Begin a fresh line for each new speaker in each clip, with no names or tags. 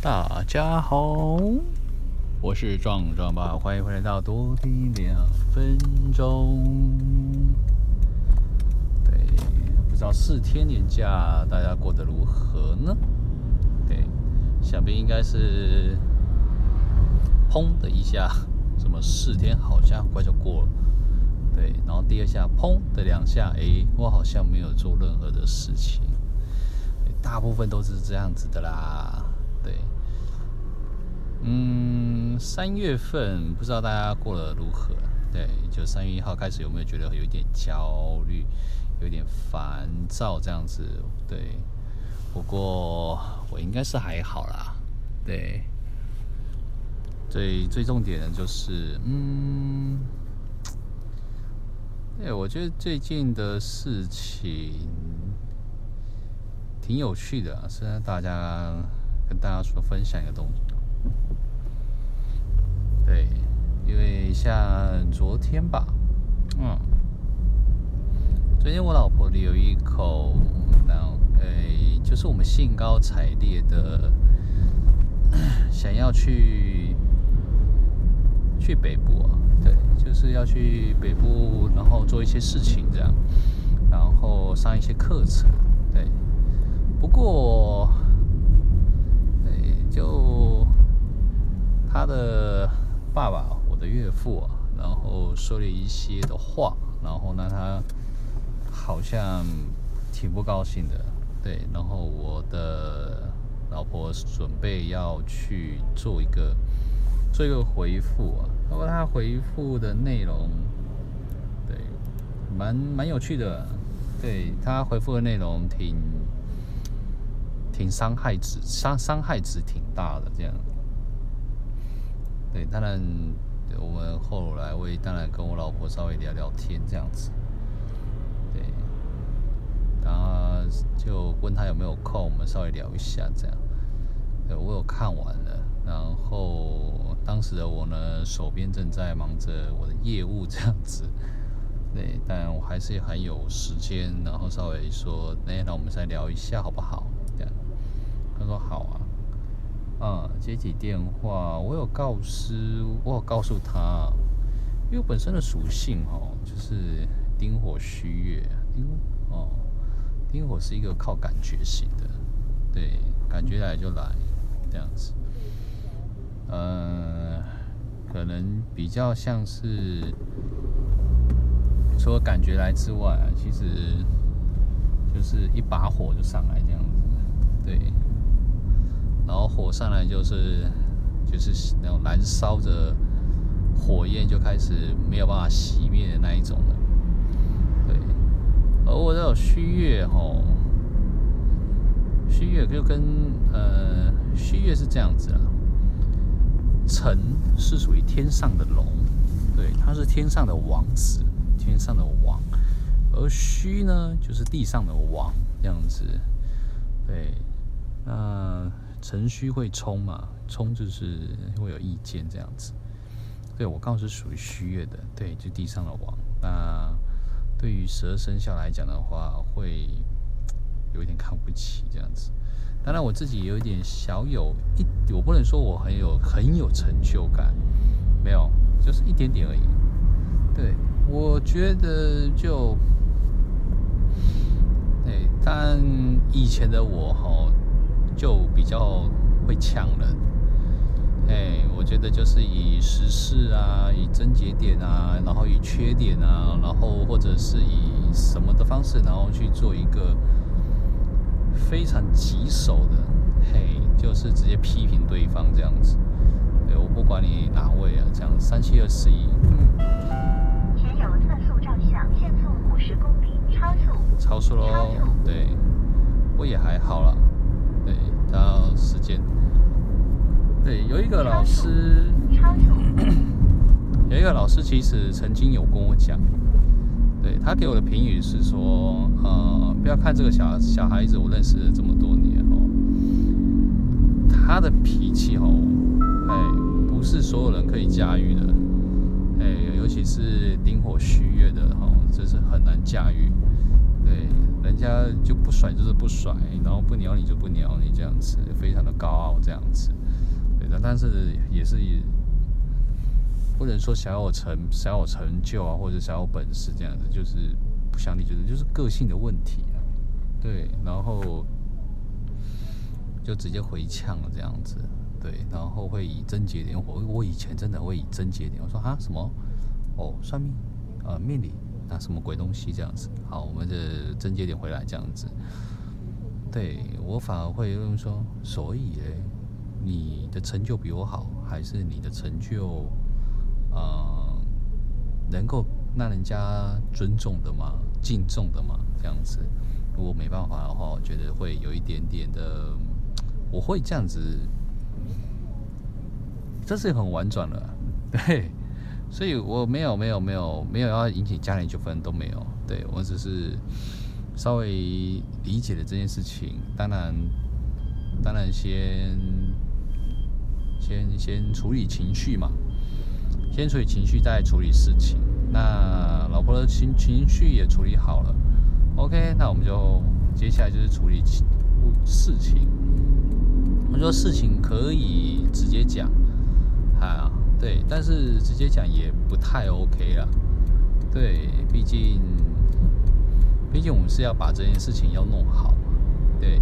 大家好，我是壮壮爸，欢迎回来到多听2分钟。对，不知道4天连假大家过得如何呢？对，想必应该是砰的一下，什么4天好像很快就过了。对，然后第二下砰的2下，我好像没有做任何的事情。大部分都是这样子的啦。对，3月份不知道大家过得如何？对，就3月1号开始有没有觉得有一点焦虑，有点烦躁这样子？对，不过我应该是还好啦。对，最重点的就是，对，我觉得最近的事情挺有趣的啊，是跟大家说分享一个东西。对，因为像昨天吧，昨天我老婆留一口，然后就是我们兴高采烈的想要去北部啊，对，就是要去北部，然后做一些事情这样，然后上一些课程，对。不过，就他的爸爸，我的岳父啊，然后说了一些的话，然后呢，他好像挺不高兴的，对。然后我的老婆准备要去做一个回复啊，然后他回复的内容，对，蛮有趣的，对，他回复的内容挺伤害值挺大的这样。对，当然我们后来当然跟我老婆稍微聊聊天这样子。对，然后就问他有没有空，我们稍微聊一下这样。对，我有看完了，然后当时的我呢，手边正在忙着我的业务这样子。对，但我还是很有时间，然后稍微说，那我们再聊一下好不好？这样。他说好啊，接起电话，我有告诉他，因为我本身的属性就是丁火虚月，丁火是一个靠感觉型的，对，感觉来就来这样子，可能比较像是除了感觉来之外，其实就是一把火就上来这样子，对。然后火上来就是那种燃烧着火焰就开始没有办法熄灭的那一种了，对。而我这种虚月就跟虚月是这样子啊，辰是属于天上的龙，对，它是天上的王子，天上的王，而虚呢就是地上的王这样子，对，那。辰戌会冲嘛，冲就是会有意见这样子。对，我刚好是属于虚月的，对，就地上的王。那对于12生肖来讲的话，会有一点看不起这样子。当然我自己有一点我不能说我很有成就感，没有，就是一点点而已。对，我觉得对，但以前的我就比较会呛人，我觉得就是以时事啊，以症结点啊，然后以缺点啊，然后或者是以什么的方式，然后去做一个非常棘手的，就是直接批评对方这样子。对，我不管你哪位啊，这样3721，
前有测速照相，限速50公里，
超速咯，对，我也还好啦。对，到时间。对，有一个老师其实曾经有跟我讲，对，他给我的评语是说，不要看这个小孩子，我认识了这么多年他的脾气不是所有人可以驾驭的，尤其是丁火虚月的这是很难驾驭。对， 人家就不甩就是不甩，然后不鸟你就不鸟你这样子，非常的高傲这样子。对的，但是也是不能说小有成就啊，或者小有本事这样子，就是不想理，就是个性的问题啊。对，然后就直接回呛了这样子。对，然后会以症结点，我以前真的会以症结点，我说什么算命命理什么鬼东西这样子。好，我们的症结点回来这样子。对，我反而会用说，所以你的成就比我好，还是你的成就能够让人家尊重的吗？敬重的吗？这样子，如果没办法的话，我觉得会有一点点的，我会这样子。这是很婉转了，对，所以我没有要引起家庭纠纷，都没有。对，我只是稍微理解了这件事情，当然先处理情绪嘛，先处理情绪，再处理事情。那老婆的情绪也处理好了 ，OK， 那我们就接下来就是处理事情。我说事情可以直接讲。对，但是直接讲也不太 OK 啦。对，毕竟我们是要把这件事情要弄好。对，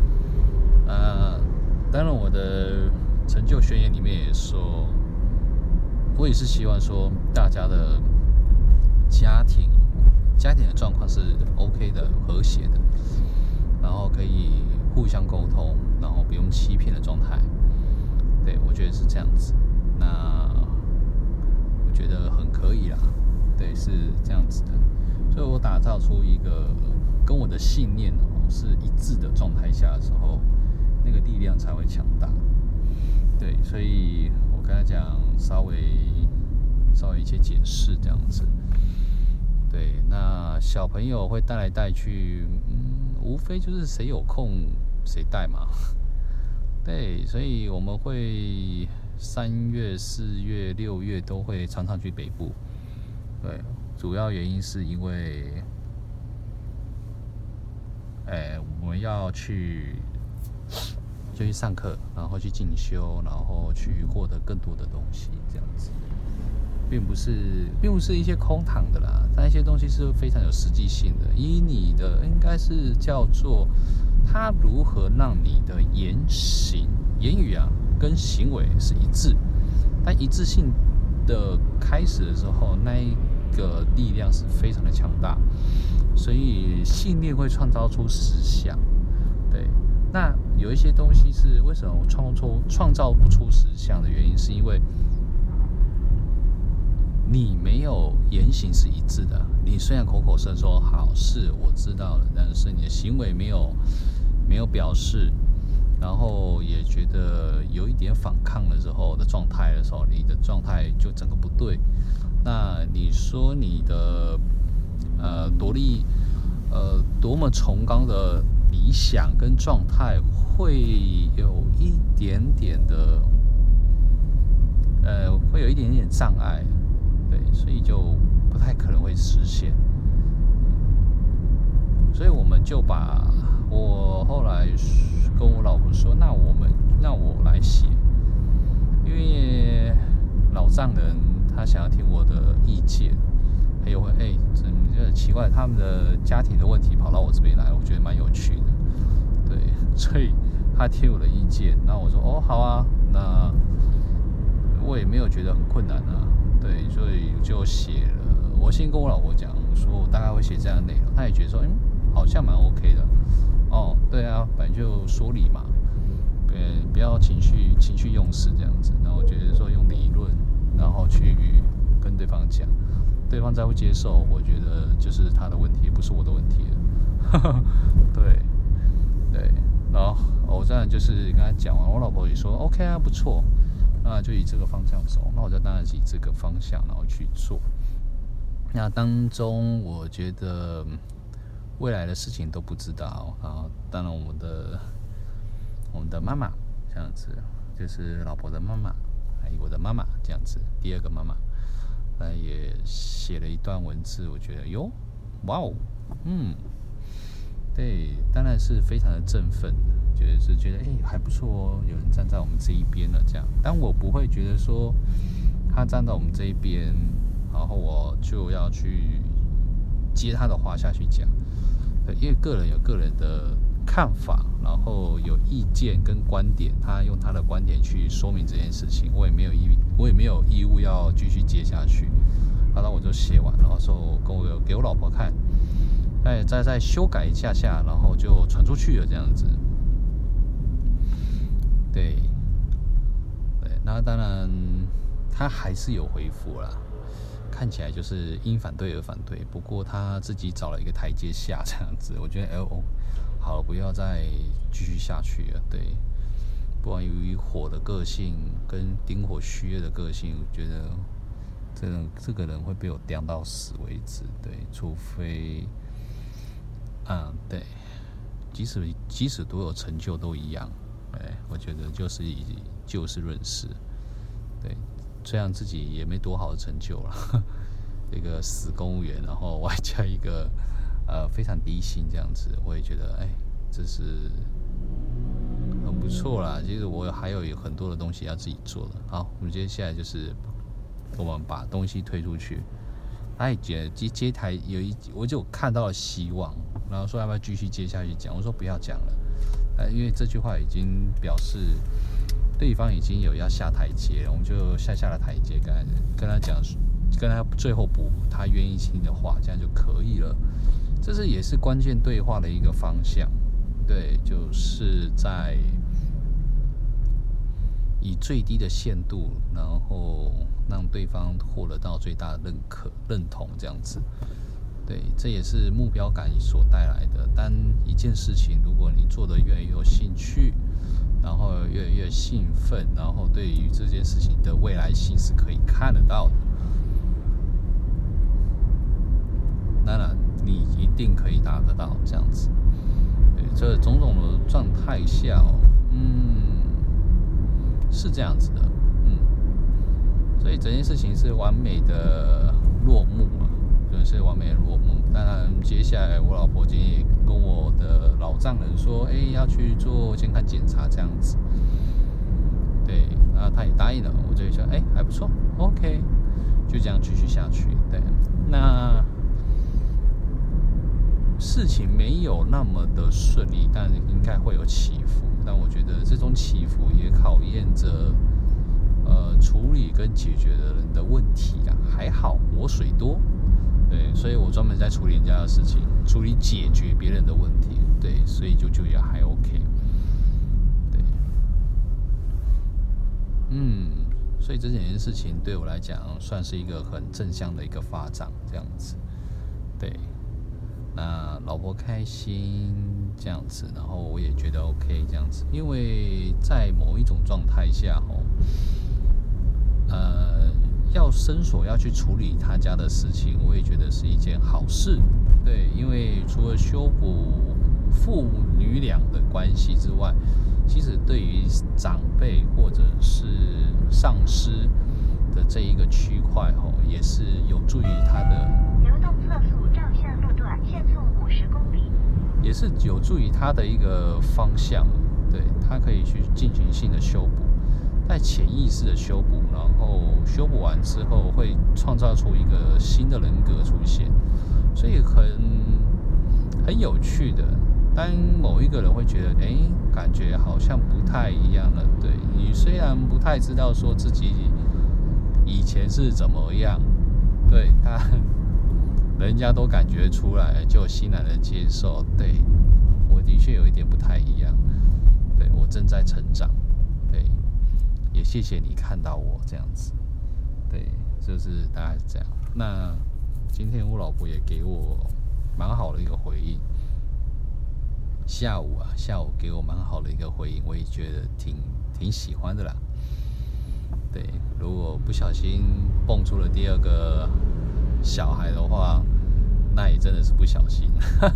当然我的成就宣言里面也说，我也是希望说大家的家庭的状况是 OK 的、和谐的，然后可以互相沟通，然后不用欺骗的状态。对，我觉得是这样子。那我觉得很可以啦，对，是这样子的，所以我打造出一个跟我的信念是一致的状态下的时候，那个力量才会强大。对，所以我跟他讲稍微一些解释这样子。对，那小朋友会带来带去，无非就是谁有空谁带嘛。对，所以我们会3月、4月、6月都会常常去北部。对，主要原因是因为，我们要去上课，然后去进修，然后去获得更多的东西，这样子，并不是一些空谈的啦，但一些东西是非常有实际性的。以你的应该是叫做，它如何让你的言语跟行为是一致，但一致性的开始的时候，那一个力量是非常的强大，所以信念会创造出实相。对，那有一些东西是为什么我创造不出实相的原因，是因为你没有言行是一致的。你虽然口口声说好是我知道了，但是你的行为没有表示，然后也觉得有一点反抗的时候的状态的时候，你的状态就整个不对。那你说你的多么崇高的理想跟状态，会有一点点的会有一点点障碍。对，所以就不太可能会实现。所以我们就我后来跟我老婆说，那我来写，因为老丈人他想要听我的意见，还有这奇怪，他们的家庭的问题跑到我这边来，我觉得蛮有趣的。对，所以他听我的意见，那我说好啊，那我也没有觉得很困难啊。对，所以就写了。我先跟我老婆讲，说我大概会写这样的内容，她也觉得说，好像蛮 OK 的。对啊，本来就说理嘛，不要情绪用事这样子。然后我觉得说用理论，然后去跟对方讲，对方再会接受，我觉得就是他的问题，不是我的问题了。对，然后我这样就是跟他讲完，我老婆也说 OK 啊，不错。那就以这个方向走，那我就当然以这个方向然后去做。那当中我觉得未来的事情都不知道啊。当然我们的妈妈这样子，就是老婆的妈妈，还有我的妈妈这样子，第二个妈妈，也写了一段文字，我觉得哇哦， 对，当然是非常的振奋的，觉得还不错哦，有人站在我们这一边了这样。但我不会觉得说他站到我们这一边，然后我就要去接他的话下去讲。对，因为个人有个人的看法，然后有意见跟观点，他用他的观点去说明这件事情，我也没有义务要继续接下去。好了，我就写完，然后说给我老婆看，再修改一下，然后就传出去了这样子。对，那当然他还是有回复啦，看起来就是因反对而反对，不过他自己找了一个台阶下这样子，我觉得好了，不要再继续下去了。对，不然由于火的个性跟丁火虚月的个性，我觉得这个人会被我刁到死为止。对，除非对，即使多有成就都一样。我觉得就是以就事论事。对，虽然自己也没多好的成就了，一个死公务员，然后外加一个非常低薪这样子，我也觉得这是很不错啦。其实我还有很多的东西要自己做的。好，我们接下来就是我们把东西推出去。接台我就看到了希望，然后说要不要继续接下去讲，我说不要讲了，因为这句话已经表示对方已经有要下台阶了，我们就下了台阶，跟他讲，跟他最后补他愿意听的话，这样就可以了。这也是关键对话的一个方向。对，就是在以最低的限度，然后让对方获得到最大的认同，这样子。对，这也是目标感所带来的。但一件事情，如果你做得越来越有兴趣，然后越来越兴奋，然后对于这件事情的未来性是可以看得到的，当然你一定可以达得到这样子。对，这种种的状态下是这样子的，所以整件事情是完美的落幕了，就是完美的落幕。当然，接下来我老婆今天也跟我的老丈人说，要去做健康检查这样子。对，然后他也答应了，我就说，还不错 ，OK， 就这样继续下去。对，那事情没有那么的顺利，但应该会有起伏。但我觉得这种起伏也考验着处理跟解决的人的问题啊。还好我水多，对，所以我专门在处理人家的事情，处理解决别人的问题，对，所以就也还 OK。对，所以这件事情对我来讲算是一个很正向的一个发展，这样子。对。那老婆开心这样子，然后我也觉得 OK 这样子，因为在某一种状态下要伸手要去处理他家的事情，我也觉得是一件好事。对，因为除了修补父女俩的关系之外，其实对于长辈或者是上司的这一个区块也是有助于他的
流动测速照相路段限速50公里，
也是有助于他的一个方向。对，他可以去进行性的修补，在潜意识的修补，然后修补完之后会创造出一个新的人格出现，所以很有趣的。当某一个人会觉得感觉好像不太一样了，对，你虽然不太知道说自己以前是怎么样，对，人家都感觉出来，就欣然的接受。对，我的确有一点不太一样，对，我正在成长。对，也谢谢你看到我这样子。对，就是大概是这样。那今天我老婆也给我蛮好的一个回应，下午给我蛮好的一个回应，我也觉得挺喜欢的啦。对，如果不小心蹦出了第二个小孩的话，那也真的是不小心。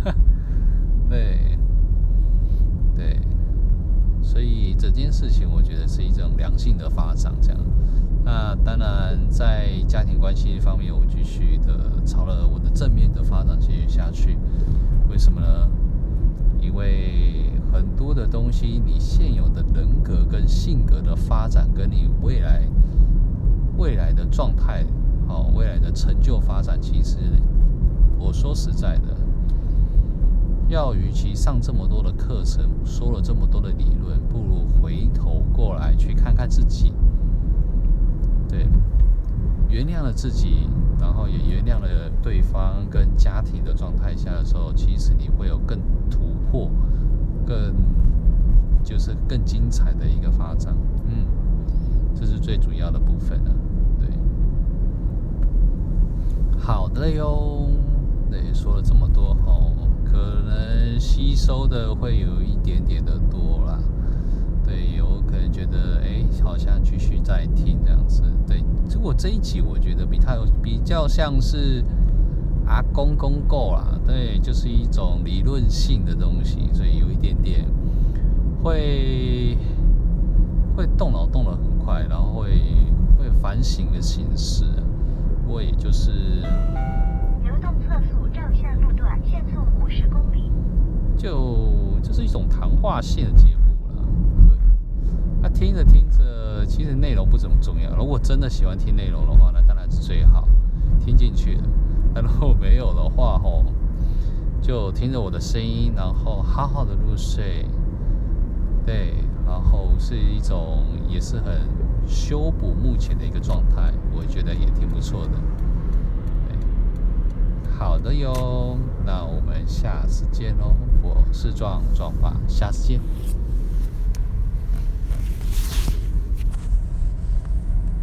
对，所以这件事情我觉得是一种良性的发展，这样。那当然，在家庭关系方面，我继续的朝了我的正面的发展继续下去。为什么呢？ 因为很多的东西，你现有的人格跟性格的发展，跟你未来的状态，未来的成就发展，其实我说实在的，与其上这么多的课程，说了这么多的理论，不如回头过来去看看自己，对，原谅了自己，然后也原谅了对方跟家庭的状态下的时候，其实你会有更突破、更精彩的一个发展。这是最主要的部分了。对，好的哟。对，说了这么多可能吸收的会有一点点的多啦。对，有可能觉得好像继续在听这样子。对，如果这一集我觉得比较像是公购啦，对，就是一种理论性的东西，所以有一点点会动脑动得很快，然后会反省的形式。不过也就是
流动测速照相路段限速50公里。
就是一种谈话性的节目啦。对，听着听着，其实内容不怎么重要。如果真的喜欢听内容的话，那当然是最好，听进去了。那如果没有的话，就听着我的声音，然后好好的入睡。对，然后是一种也是很修补目前的一个状态，我觉得也挺不错的。好的哟，那我们下次见喽！我是壮爸，下次见。